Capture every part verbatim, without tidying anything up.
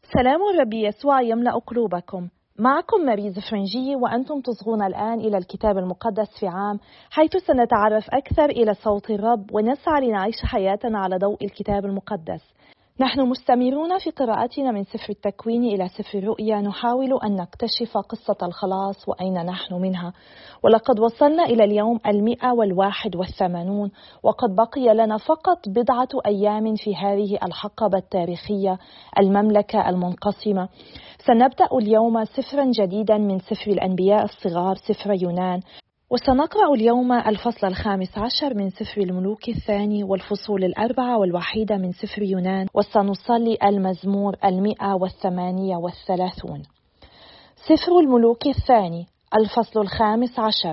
سلام الرب يسوع يملأ قلوبكم. معكم ماريز فرنجي وأنتم تصغون الآن إلى الكتاب المقدس في عام، حيث سنتعرف أكثر إلى صوت الرب ونسعى لنعيش حياتنا على ضوء الكتاب المقدس. نحن مستمرون في قراءتنا من سفر التكوين إلى سفر الرؤيا، نحاول أن نكتشف قصة الخلاص وأين نحن منها، ولقد وصلنا إلى اليوم المئة والواحد والثمانون، وقد بقي لنا فقط بضعة أيام في هذه الحقبة التاريخية، المملكة المنقسمة. سنبدأ اليوم سفرا جديدا من سفر الأنبياء الصغار، سفر يونان، وسنقرأ اليوم الفصل الخامس عشر من سفر الملوك الثاني والفصول الأربعة والوحيدة من سفر يونان، وسنصلي المزمور المئة والثمانية والثلاثون. سفر الملوك الثاني، الفصل الخامس عشر.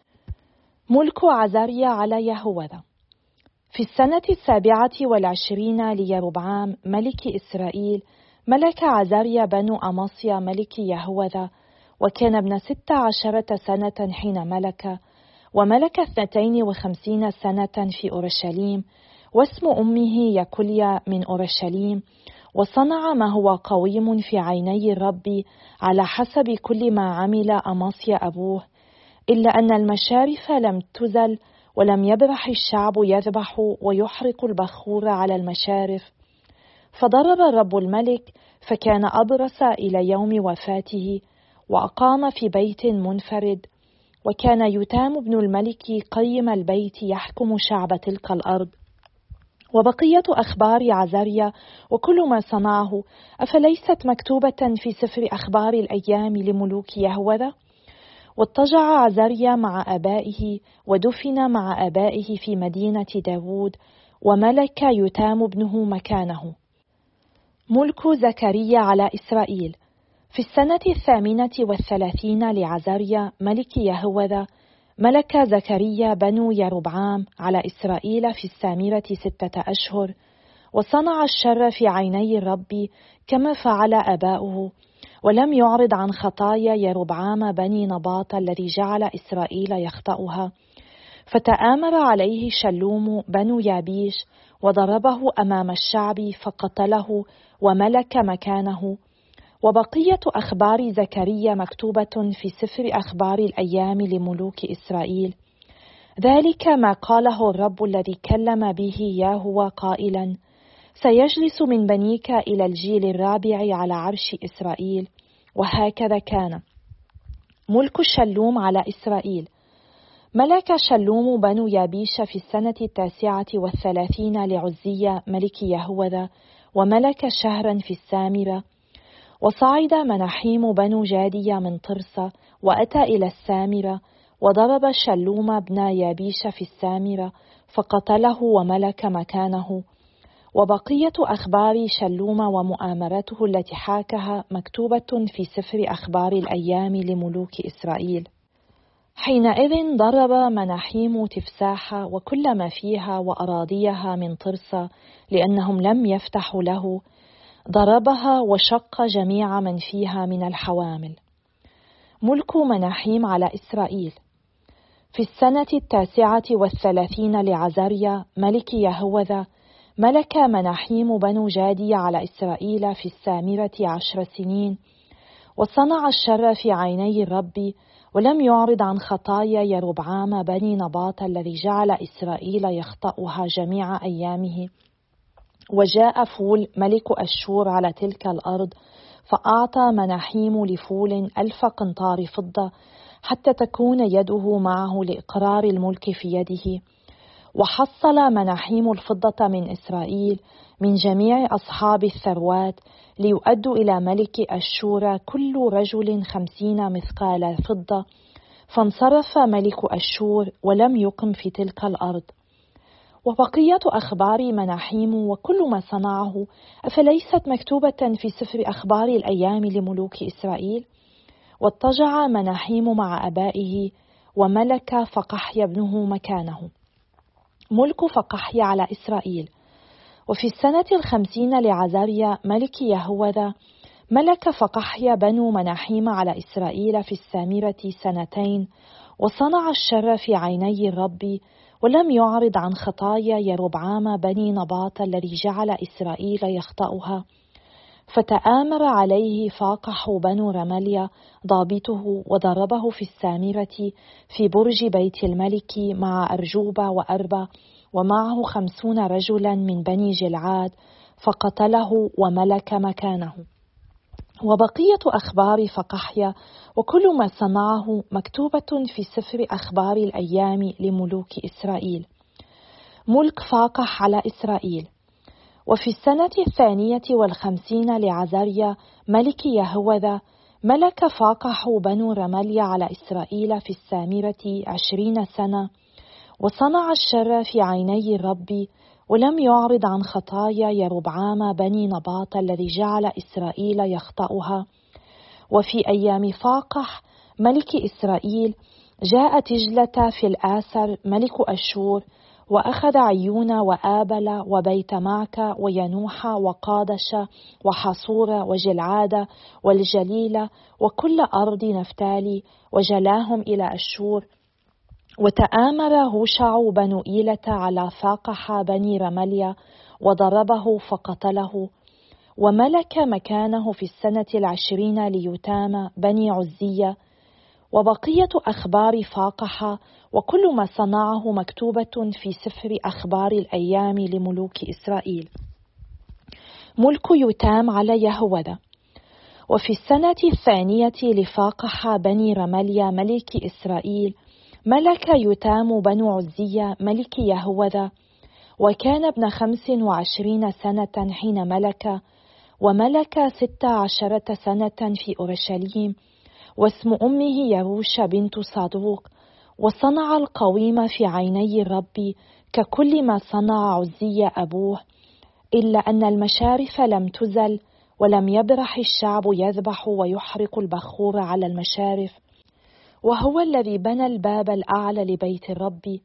ملك عزريا على يهوذا. في السنة السابعة والعشرين ليربعام ملك إسرائيل ملك عزريا بن أمصيا ملك يهوذا، وكان ابن ست عشرة سنة حين ملك، وملك اثنتين وخمسين سنة في أورشليم، واسم أمه يكوليا من أورشليم، وصنع ما هو قويم في عيني الرب على حسب كل ما عمل أمصيا أبوه، إلا أن المشارف لم تزل، ولم يبرح الشعب يذبح ويحرق البخور على المشارف. فضرب الرب الملك فكان أبرص إلى يوم وفاته، وأقام في بيت منفرد، وكان يتام ابن الملك قيم البيت يحكم شعب تلك الأرض. وبقية أخبار عزريا وكل ما صنعه أفليست مكتوبة في سفر أخبار الأيام لملوك يهوذا؟ واضطجع عزريا مع آبائه ودفن مع آبائه في مدينة داود، وملك يتام ابنه مكانه. ملك زكريا على إسرائيل. في السنة الثامنة والثلاثين لعزريا ملك يهوذا ملك زكريا بن يربعام على إسرائيل في السامرة ستة أشهر، وصنع الشر في عيني الرب كما فعل آباؤه، ولم يعرض عن خطايا يربعام بني نباط الذي جعل إسرائيل يخطئها. فتآمر عليه شلوم بن يابيش وضربه أمام الشعب فقتله وملك مكانه. وبقية أخبار زكريا مكتوبة في سفر أخبار الأيام لملوك إسرائيل. ذلك ما قاله الرب الذي كلم به يهوه قائلا: سيجلس من بنيك إلى الجيل الرابع على عرش إسرائيل. وهكذا كان. ملك شلوم على إسرائيل. ملك شلوم بن يابيش في السنة التاسعة والثلاثين لعزية ملك يهوذا، وملك شهرا في السامرة. وصعد مناحيم بن جادية من طرسة وأتى إلى السامرة، وضرب شلوم بن يابيش في السامرة فقتله وملك مكانه. وبقية أخبار شلوم ومؤامرته التي حاكها مكتوبة في سفر أخبار الأيام لملوك إسرائيل. حينئذ ضرب مناحيم تفساح وكل ما فيها وأراضيها من طرسة، لأنهم لم يفتحوا له، ضربها وشق جميع من فيها من الحوامل. ملك مناحيم على إسرائيل. في السنة التاسعة والثلاثين لعزريا ملك يهوذا ملك مناحيم بن جادي على إسرائيل في السامرة عشر سنين، وصنع الشر في عيني الرب، ولم يعرض عن خطايا يربعام بني نباط الذي جعل إسرائيل يخطئها جميع أيامه. وجاء فول ملك أشور على تلك الأرض، فأعطى مناحيم لفول ألف قنطار فضة حتى تكون يده معه لإقرار الملك في يده. وحصل مناحيم الفضة من إسرائيل من جميع أصحاب الثروات ليؤدوا إلى ملك أشور كل رجل خمسين مثقال فضة. فانصرف ملك أشور ولم يقم في تلك الأرض. وبقية أخبار مناحيم وكل ما صنعه أفليست مكتوبة في سفر أخبار الأيام لملوك إسرائيل؟ واضطجع مناحيم مع أبائه، وملك فقحيا ابنه مكانه. ملك فقحيا على إسرائيل. وفي السنة الخمسين لعزريا ملك يهوذا ملك فقحيا بن مناحيم على إسرائيل في السامرة سنتين، وصنع الشر في عيني الرب، ولم يعرض عن خطايا يربعام بني نباط الذي جعل إسرائيل يخطئها. فتآمر عليه فاقح بنو رمليا ضابطه وضربه في السامرة في برج بيت الملك مع أرجوبة وأربة ومعه خمسون رجلا من بني جلعاد، فقتله وملك مكانه. وبقية أخبار فقحيا وكل ما صنعه مكتوبة في سفر أخبار الأيام لملوك إسرائيل. ملك فاقح على إسرائيل. وفي السنة الثانية والخمسين لعزريا ملك يهوذا ملك فاقح بنو رمليا على إسرائيل في السامرة عشرين سنة، وصنع الشر في عيني الرب، ولم يعرض عن خطايا يربعام بني نباط الذي جعل إسرائيل يخطئها. وفي أيام فاقح ملك إسرائيل جاء تجلة في الآسر ملك أشور، وأخذ عيون وآبل وبيت معكة وينوح وقادش وحصور وجلعاد والجليل وكل أرض نفتالي، وجلاهم إلى أشور. وتآمر هوشع بنو إيلة على فاقح بني رمليا وضربه فقتله، وملك مكانه في السنة العشرين ليتام بني عزية. وبقية أخبار فاقح وكل ما صنعه مكتوبة في سفر أخبار الأيام لملوك إسرائيل. ملك يتام على يهوذا. وفي السنة الثانية لفاقح بني رمليا ملك إسرائيل ملك يتام بنو عزية ملك يهوذا، وكان ابن خمس وعشرين سنة حين ملك، وملك ست عشرة سنة في أورشليم، واسم أمه يروش بنت صادوق. وصنع القويم في عيني الرب ككل ما صنع عزية أبوه، إلا أن المشارف لم تزل، ولم يبرح الشعب يذبح ويحرق البخور على المشارف، وهو الذي بنى الباب الأعلى لبيت الرب.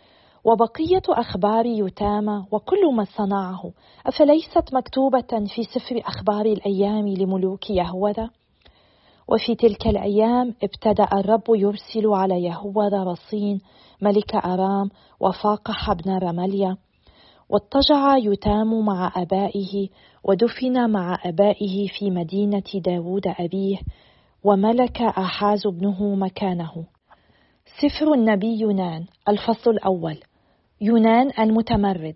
وبقية أخبار يتام وكل ما صنعه أفليست مكتوبة في سفر أخبار الأيام لملوك يهوذا؟ وفي تلك الأيام ابتدأ الرب يرسل على يهوذا رصين ملك أرام وفاقح بن رمليا. واضطجع يتام مع أبائه ودفن مع أبائه في مدينة داود أبيه، وملك آحاز ابنه مكانه. سفر النبي يونان. الفصل الأول. يونان المتمرد.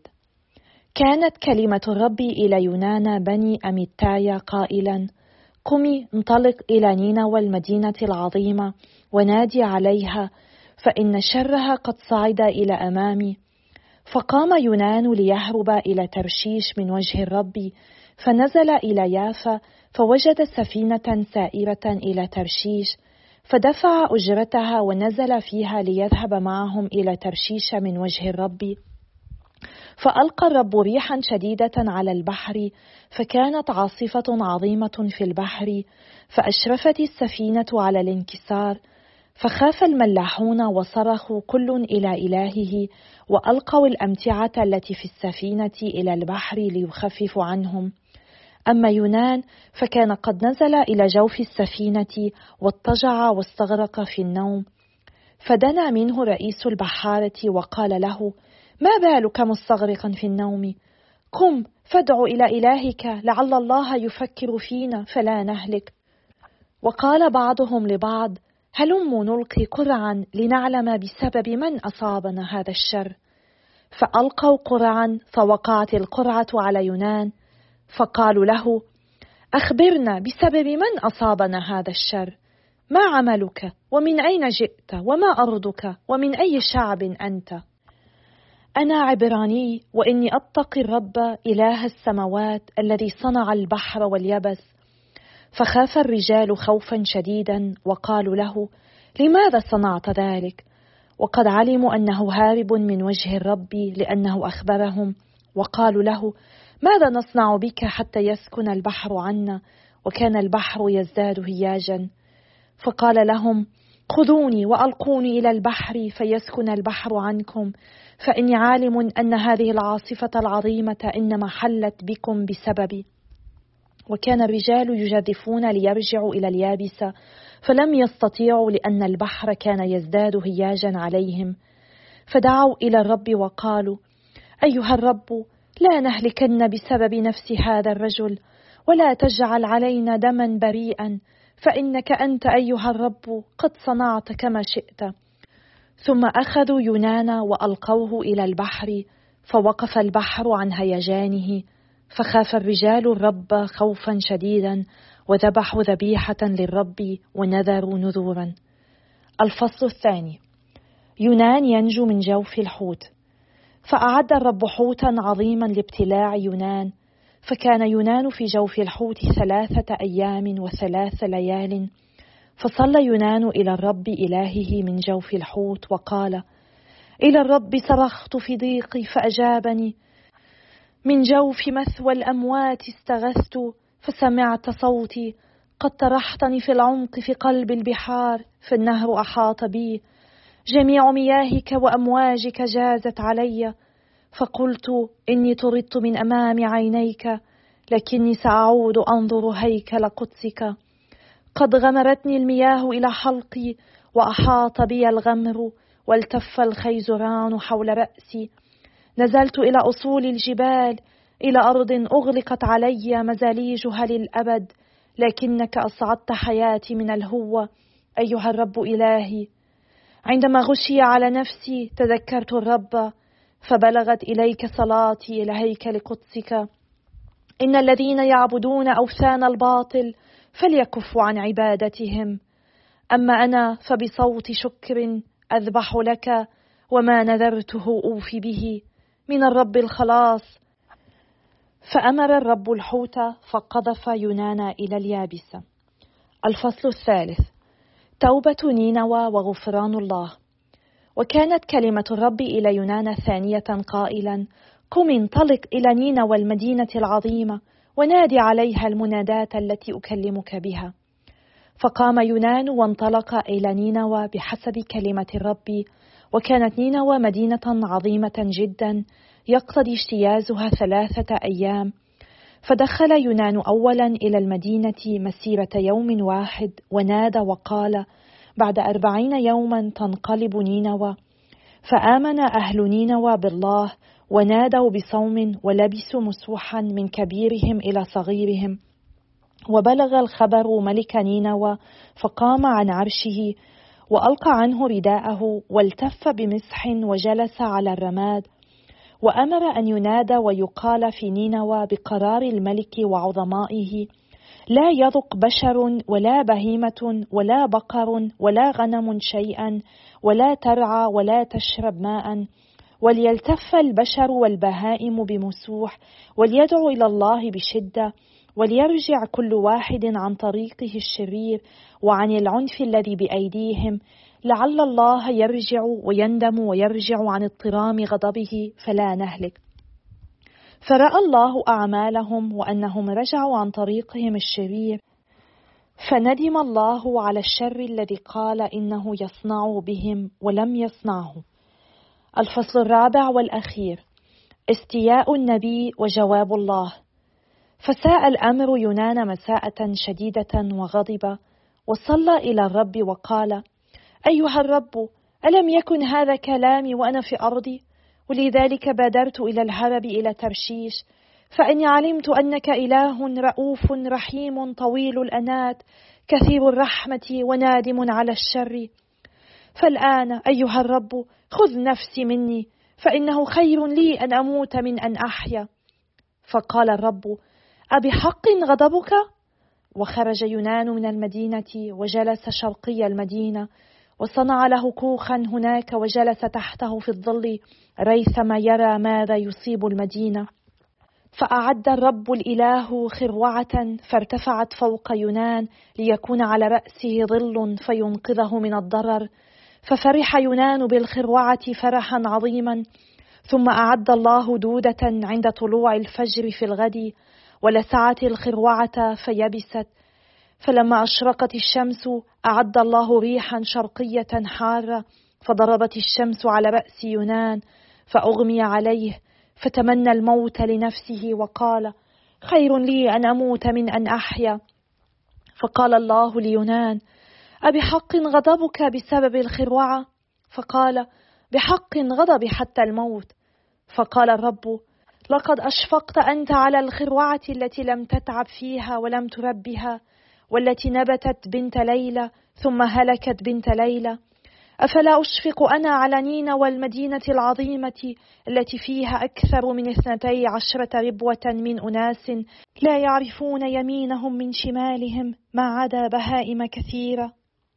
كانت كلمة الرب إلى يونان بني أميتاي قائلا: قمي انطلق إلى نينوى المدينة العظيمة ونادي عليها، فإن شرها قد صعد إلى أمامي. فقام يونان ليهرب إلى ترشيش من وجه الرب، فنزل إلى يافا فوجد سفينة سائرة إلى ترشيش، فدفع أجرتها ونزل فيها ليذهب معهم إلى ترشيش من وجه الرب. فألقى الرب ريحا شديدة على البحر، فكانت عاصفة عظيمة في البحر، فأشرفت السفينة على الانكسار. فخاف الملاحون وصرخوا كل إلى إلهه، وألقوا الأمتعة التي في السفينة إلى البحر ليخفف عنهم. أما يونان فكان قد نزل إلى جوف السفينة واضطجع واستغرق في النوم. فدنا منه رئيس البحارة وقال له: ما بالك مستغرقا في النوم؟ قم فادع إلى إلهك، لعل الله يفكر فينا فلا نهلك. وقال بعضهم لبعض: هلموا نلقي قرعا لنعلم بسبب من أصابنا هذا الشر. فألقوا قرعا، فوقعت القرعة على يونان. فقالوا له: أخبرنا بسبب من أصابنا هذا الشر؟ ما عملك؟ ومن أين جئت؟ وما أرضك؟ ومن أي شعب أنت؟ أنا عبراني، وإني أتقي الرب إله السماوات الذي صنع البحر واليبس. فخاف الرجال خوفا شديدا وقالوا له: لماذا صنعت ذلك؟ وقد علموا أنه هارب من وجه الرب، لأنه أخبرهم. وقالوا له: ماذا نصنع بك حتى يسكن البحر عنا؟ وكان البحر يزداد هياجا. فقال لهم: خذوني وألقوني إلى البحر فيسكن البحر عنكم، فإني عالم أن هذه العاصفة العظيمة إنما حلت بكم بسببي. وكان الرجال يجدفون ليرجعوا إلى اليابسة، فلم يستطيعوا لأن البحر كان يزداد هياجا عليهم. فدعوا إلى الرب وقالوا: أيها الرب، لا نهلكن بسبب نفس هذا الرجل، ولا تجعل علينا دما بريئا، فإنك أنت أيها الرب قد صنعت كما شئت. ثم أخذوا يونان وألقوه إلى البحر، فوقف البحر عن هيجانه، فخاف الرجال الرب خوفا شديدا، وذبحوا ذبيحة للرب ونذروا نذورا. الفصل الثاني. يونان ينجو من جوف الحوت. فأعد الرب حوتا عظيما لابتلاع يونان، فكان يونان في جوف الحوت ثلاثة أيام وثلاث ليال. فصلى يونان إلى الرب إلهه من جوف الحوت وقال: إلى الرب صرخت في ضيقي فأجابني، من جوف مثوى الأموات استغثت فسمعت صوتي. قد طرحتني في العمق في قلب البحار، فالنهر أحاط بي، جميع مياهك وأمواجك جازت علي. فقلت: إني طردت من أمام عينيك، لكني سأعود أنظر هيكل قدسك. قد غمرتني المياه إلى حلقي، وأحاط بي الغمر، والتف الخيزران حول رأسي. نزلت إلى أصول الجبال، إلى أرض أغلقت علي مزاليجها للأبد، لكنك أصعدت حياتي من الهوة أيها الرب إلهي. عندما غشي على نفسي تذكرت الرب، فبلغت إليك صلاتي إلى هيكل قدسك. إن الذين يعبدون أوثان الباطل فليكفوا عن عبادتهم، أما أنا فبصوت شكر أذبح لك، وما نذرته أوفي به، من الرب الخلاص. فأمر الرب الحوت فقذف يونان إلى اليابسة. الفصل الثالث. توبة نينوى وغفران الله. وكانت كلمة الرب إلى يونان ثانية قائلا: قم انطلق إلى نينوى المدينة العظيمة، ونادي عليها المناداة التي أكلمك بها. فقام يونان وانطلق إلى نينوى بحسب كلمة الرب. وكانت نينوى مدينة عظيمة جدا يقتضي اجتيازها ثلاثة أيام. فدخل يونان أولا إلى المدينة مسيرة يوم واحد، ونادى وقال: بعد أربعين يوما تنقلب نينوى. فآمن أهل نينوى بالله، ونادوا بصوم، ولبسوا مسوحا من كبيرهم إلى صغيرهم. وبلغ الخبر ملك نينوى، فقام عن عرشه، وألقى عنه رداءه، والتف بمسح، وجلس على الرماد. وأمر أن ينادى ويقال في نينوى بقرار الملك وعظمائه: لا يذق بشر ولا بهيمة ولا بقر ولا غنم شيئا، ولا ترعى ولا تشرب ماء. وليلتف البشر والبهائم بمسوح، وليدعو إلى الله بشدة، وليرجع كل واحد عن طريقه الشرير وعن العنف الذي بأيديهم، لعل الله يرجع ويندم ويرجع عن اضطرام غضبه فلا نهلك. فرأى الله أعمالهم وأنهم رجعوا عن طريقهم الشرير، فندم الله على الشر الذي قال إنه يصنع بهم ولم يصنعه. الفصل الرابع والأخير. استياء النبي وجواب الله. فساء الأمر يونان مساءة شديدة وغضب، وصلى إلى الرب وقال: أيها الرب، ألم يكن هذا كلامي وأنا في أرضي؟ ولذلك بادرت إلى الهرب إلى ترشيش، فإني علمت أنك إله رؤوف رحيم طويل الأنات كثير الرحمة ونادم على الشر. فالآن أيها الرب خذ نفسي مني، فإنه خير لي أن أموت من أن أحيا. فقال الرب: أبحق غضبك؟ وخرج يونان من المدينة وجلس شرقي المدينة، وصنع له كوخا هناك، وجلس تحته في الظل ريثما يرى ماذا يصيب المدينة. فأعد الرب الإله خروعة فارتفعت فوق يونان، ليكون على رأسه ظل فينقذه من الضرر. ففرح يونان بالخروعة فرحا عظيما. ثم أعد الله دودة عند طلوع الفجر في الغد، ولسعت الخروعة فيبست. فلما أشرقت الشمس أعد الله ريحا شرقية حارة، فضربت الشمس على رأس يونان فأغمي عليه، فتمنى الموت لنفسه وقال: خير لي أن أموت من أن أحيا. فقال الله ليونان: أبحق غضبك بسبب الخروعة؟ فقال: بحق غضبي حتى الموت. فقال الرب: لقد أشفقت أنت على الخروعة التي لم تتعب فيها ولم تربها، والتي نبتت بنت ليلى ثم هلكت بنت ليلى. أفلا أشفق أنا على نينوى والمدينة العظيمة التي فيها أكثر من اثنتي عشرة ربوة من أناس لا يعرفون يمينهم من شمالهم ما عدا بهائم كثيرة.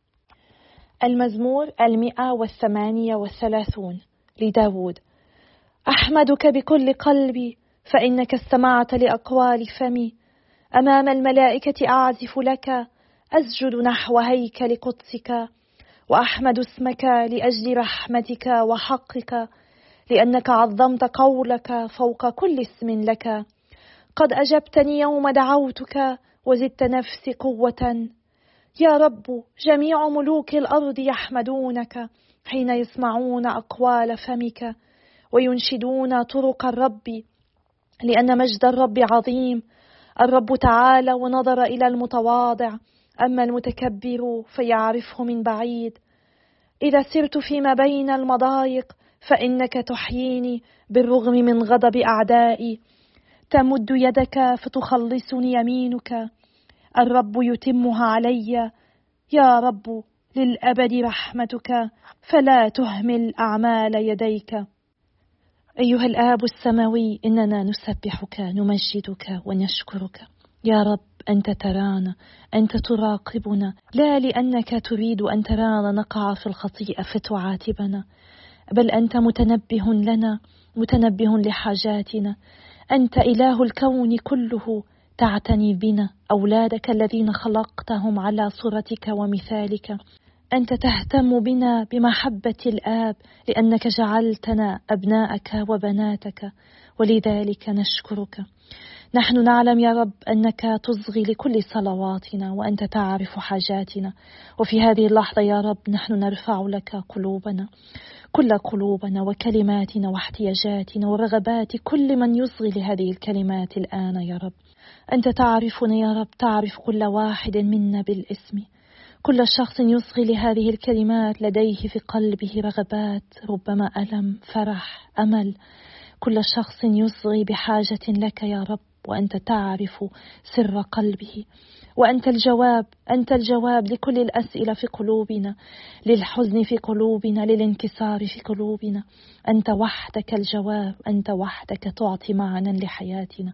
المزمور المئة والثمانية والثلاثون لداود. أحمدك بكل قلبي فإنك استمعت لأقوال فمي. أمام الملائكة أعزف لك، أسجد نحو هيكل قدسك، وأحمد اسمك لأجل رحمتك وحقك، لأنك عظمت قولك فوق كل اسم لك. قد أجبتني يوم دعوتك وزدت نفسي قوة. يا رب، جميع ملوك الأرض يحمدونك حين يسمعون أقوال فمك وينشدون طرق الرب، لأن مجد الرب عظيم. الرب تعالى ونظر إلى المتواضع، أما المتكبر فيعرفه من بعيد. إذا سرت فيما بين المضايق فإنك تحييني بالرغم من غضب أعدائي. تمد يدك فتخلصني يمينك، الرب يتمها علي. يا رب، للأبد رحمتك، فلا تهمل أعمال يديك. أيها الآب السماوي، إننا نسبحك نمجدك ونشكرك. يا رب، أنت ترانا، أنت تراقبنا، لا لأنك تريد أن ترانا نقع في الخطيئة فتعاتبنا، بل أنت متنبه لنا، متنبه لحاجاتنا. أنت إله الكون كله، تعتني بنا، أولادك الذين خلقتهم على صورتك ومثالك. أنت تهتم بنا بمحبة الآب، لأنك جعلتنا أبناءك وبناتك، ولذلك نشكرك. نحن نعلم يا رب أنك تصغي لكل صلواتنا، وأنت تعرف حاجاتنا، وفي هذه اللحظة يا رب نحن نرفع لك قلوبنا، كل قلوبنا وكلماتنا واحتياجاتنا ورغبات كل من يصغي لهذه الكلمات الآن يا رب. أنت تعرفنا يا رب، تعرف كل واحد منا بالاسم. كل شخص يصغي لهذه الكلمات لديه في قلبه رغبات، ربما ألم، فرح، أمل. كل شخص يصغي بحاجة لك يا رب، وأنت تعرف سر قلبه، وأنت الجواب. أنت الجواب لكل الأسئلة في قلوبنا، للحزن في قلوبنا، للانكسار في قلوبنا. أنت وحدك الجواب، أنت وحدك تعطي معنى لحياتنا،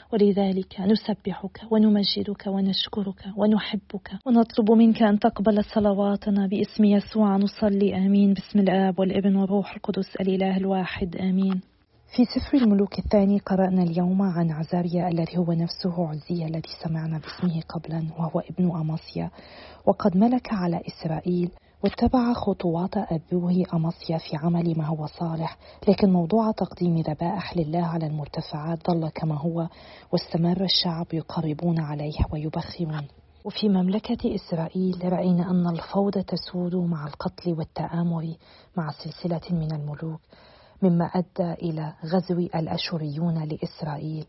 ولذلك نسبحك ونمجدك ونشكرك ونحبك، ونطلب منك أن تقبل صلواتنا باسم يسوع. نصلي آمين. باسم الآب والابن والروح القدس الإله الواحد آمين. في سفر الملوك الثاني قرأنا اليوم عن عزاريا الذي هو نفسه عزية الذي سمعنا باسمه قبلا، وهو ابن أمصيا، وقد ملك على إسرائيل واتبع خطوات أبوه أمصيا في عمل ما هو صالح. لكن موضوع تقديم ذبائح لله على المرتفعات ظل كما هو، واستمر الشعب يقربون عليه ويبخرون. وفي مملكة إسرائيل رأينا أن الفوضى تسود مع القتل والتآمر مع سلسلة من الملوك، مما أدى إلى غزو الأشوريون لإسرائيل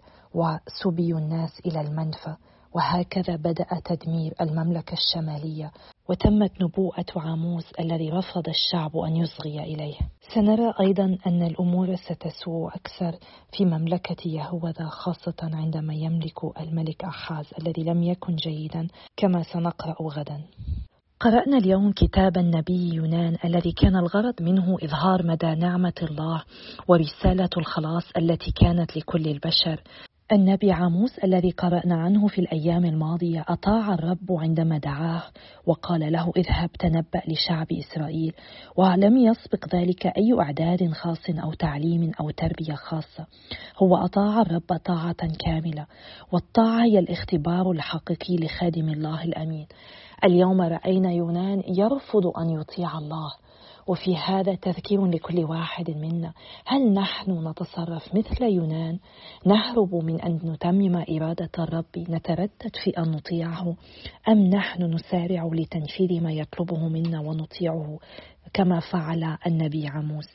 وسبي الناس إلى المنفى. وهكذا بدأ تدمير المملكة الشمالية، وتمت نبوءة عاموس الذي رفض الشعب أن يصغي إليه. سنرى أيضا أن الأمور ستسوء أكثر في مملكة يهوذا، خاصة عندما يملك الملك أحاز الذي لم يكن جيدا كما سنقرأ غدا. قرأنا اليوم كتاب النبي يونان الذي كان الغرض منه إظهار مدى نعمة الله ورسالة الخلاص التي كانت لكل البشر. النبي عاموس الذي قرأنا عنه في الأيام الماضية أطاع الرب عندما دعاه وقال له اذهب تنبأ لشعب إسرائيل، ولم يسبق ذلك أي إعداد خاص أو تعليم أو تربية خاصة. هو أطاع الرب طاعة كاملة، والطاعة هي الاختبار الحقيقي لخادم الله الأمين. اليوم رأينا يونان يرفض أن يطيع الله، وفي هذا تذكير لكل واحد منا. هل نحن نتصرف مثل يونان، نهرب من أن نتمم إرادة الرب، نتردد في أن نطيعه، أم نحن نسارع لتنفيذ ما يطلبه منا ونطيعه كما فعل النبي عاموس؟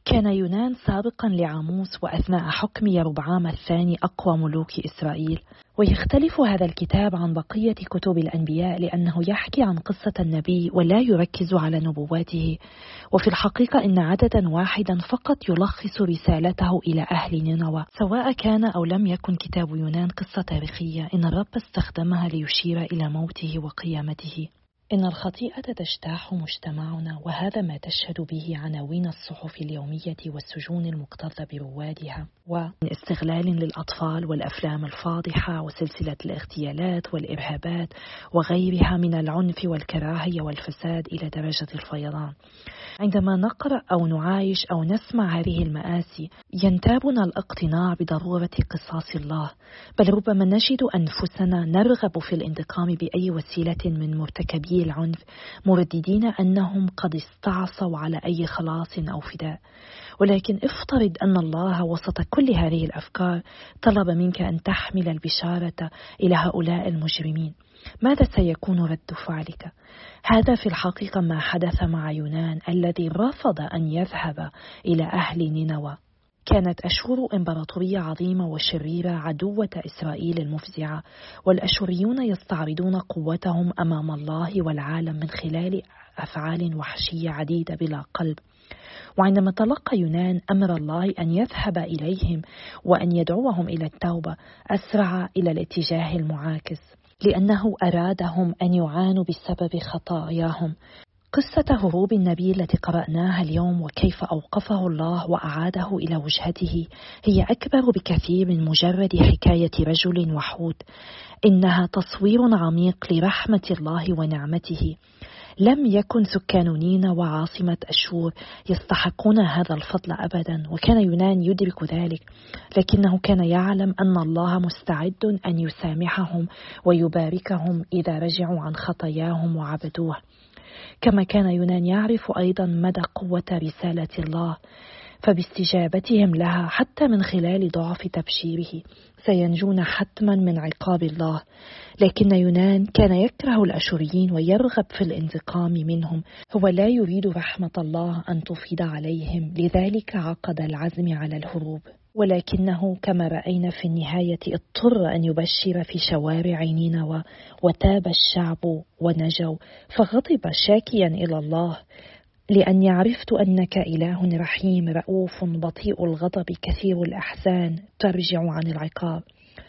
كان يونان سابقا لعاموس وأثناء حكم يربعام الثاني أقوى ملوك إسرائيل. ويختلف هذا الكتاب عن بقية كتب الأنبياء لأنه يحكي عن قصة النبي ولا يركز على نبواته، وفي الحقيقة إن عددا واحدا فقط يلخص رسالته إلى أهل نينوى. سواء كان أو لم يكن كتاب يونان قصة تاريخية، إن الرب استخدمها ليشير إلى موته وقيامته. إن الخطيئة تجتاح مجتمعنا، وهذا ما تشهد به عناوين الصحف اليومية والسجون المكتظة بروادها، ومن استغلال للأطفال والأفلام الفاضحة وسلسلة الاغتيالات والإرهابات وغيرها من العنف والكراهية والفساد إلى درجة الفيضان. عندما نقرأ أو نعايش أو نسمع هذه المآسي ينتابنا الاقتناع بضرورة قصاص الله، بل ربما نجد أنفسنا نرغب في الانتقام بأي وسيلة من مرتكبي العنف، مرددين أنهم قد استعصوا على أي خلاص أو فداء. ولكن افترض أن الله وسط كل هذه الأفكار طلب منك أن تحمل البشارة إلى هؤلاء المجرمين، ماذا سيكون رد فعلك؟ هذا في الحقيقة ما حدث مع يونان الذي رفض أن يذهب إلى أهل نينوى. كانت أشور إمبراطورية عظيمة وشريرة عدوة إسرائيل المفزعة، والأشوريون يستعرضون قوتهم أمام الله والعالم من خلال أفعال وحشية عديدة بلا قلب. وعندما تلقى يونان أمر الله أن يذهب إليهم وأن يدعوهم إلى التوبة، أسرع إلى الاتجاه المعاكس، لأنه أرادهم أن يعانوا بسبب خطاياهم. قصة هروب النبي التي قرأناها اليوم وكيف أوقفه الله وأعاده إلى وجهته هي أكبر بكثير من مجرد حكاية رجل وحود. إنها تصوير عميق لرحمة الله ونعمته. لم يكن سكان نينوى وعاصمة أشور يستحقون هذا الفضل أبدا، وكان يونان يدرك ذلك، لكنه كان يعلم أن الله مستعد أن يسامحهم ويباركهم إذا رجعوا عن خطاياهم وعبدوه. كما كان يونان يعرف أيضا مدى قوة رسالة الله، فباستجابتهم لها حتى من خلال ضعف تبشيره سينجون حتما من عقاب الله. لكن يونان كان يكره الأشوريين ويرغب في الانتقام منهم، هو لا يريد رحمة الله أن تفيض عليهم، لذلك عقد العزم على الهروب. ولكنه كما رأينا في النهاية اضطر أن يبشر في شوارع نينوى، وتاب الشعب ونجوا، فغضب شاكيا إلى الله: لأني عرفت أنك إله رحيم رؤوف بطيء الغضب كثير الأحزان ترجع عن العقاب.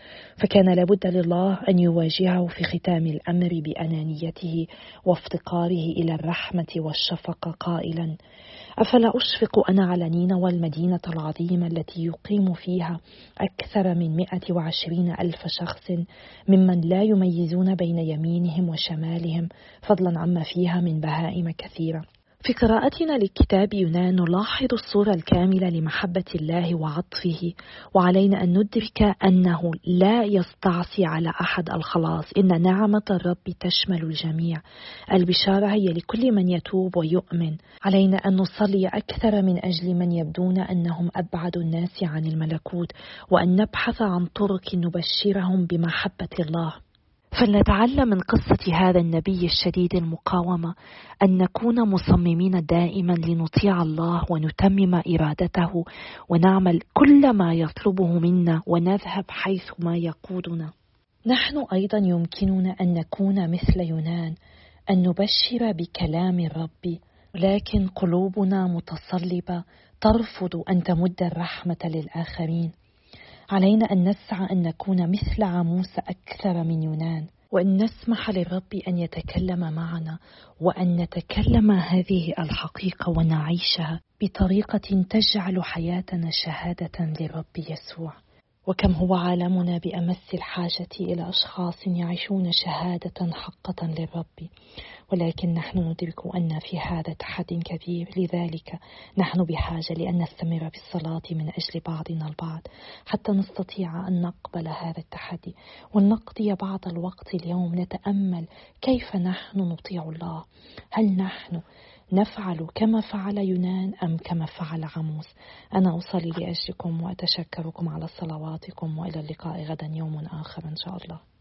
فكان لابد لله أن يواجهه في ختام الأمر بأنانيته وافتقاره إلى الرحمة والشفقة قائلا: أفلا أشفق أنا على نينوى المدينة العظيمة التي يقيم فيها أكثر من مئة وعشرين ألف شخص ممن لا يميزون بين يمينهم وشمالهم، فضلا عما فيها من بهائم كثيرة. في قراءتنا لكتاب يونان نلاحظ الصورة الكاملة لمحبة الله وعطفه، وعلينا أن ندرك أنه لا يستعصي على أحد الخلاص، إن نعمة الرب تشمل الجميع. البشارة هي لكل من يتوب ويؤمن. علينا أن نصلي أكثر من أجل من يبدون أنهم أبعد الناس عن الملكوت، وأن نبحث عن طرق نبشرهم بمحبة الله. فلنتعلم من قصة هذا النبي الشديد المقاومة أن نكون مصممين دائما لنطيع الله ونتمم إرادته ونعمل كل ما يطلبه منا ونذهب حيث ما يقودنا. نحن أيضا يمكننا أن نكون مثل يونان، أن نبشر بكلام الرب، لكن قلوبنا متصلبة ترفض أن تمد الرحمة للآخرين. علينا أن نسعى أن نكون مثل عاموس أكثر من يونان، وأن نسمح للرب أن يتكلم معنا، وأن نتكلم هذه الحقيقة ونعيشها بطريقة تجعل حياتنا شهادة للرب يسوع. وكم هو عالمنا بأمس الحاجة إلى أشخاص يعيشون شهادة حقة للرب، ولكن نحن ندرك أن في هذا تحدي كبير. لذلك نحن بحاجة لأن نستمر بالصلاة من أجل بعضنا البعض حتى نستطيع أن نقبل هذا التحدي، ونقضي بعض الوقت اليوم نتأمل كيف نحن نطيع الله. هل نحن نفعل كما فعل يونان أم كما فعل عاموس؟ أنا أصلي لأجلكم وأتشكركم على صلواتكم، وإلى اللقاء غدا يوم آخر إن شاء الله.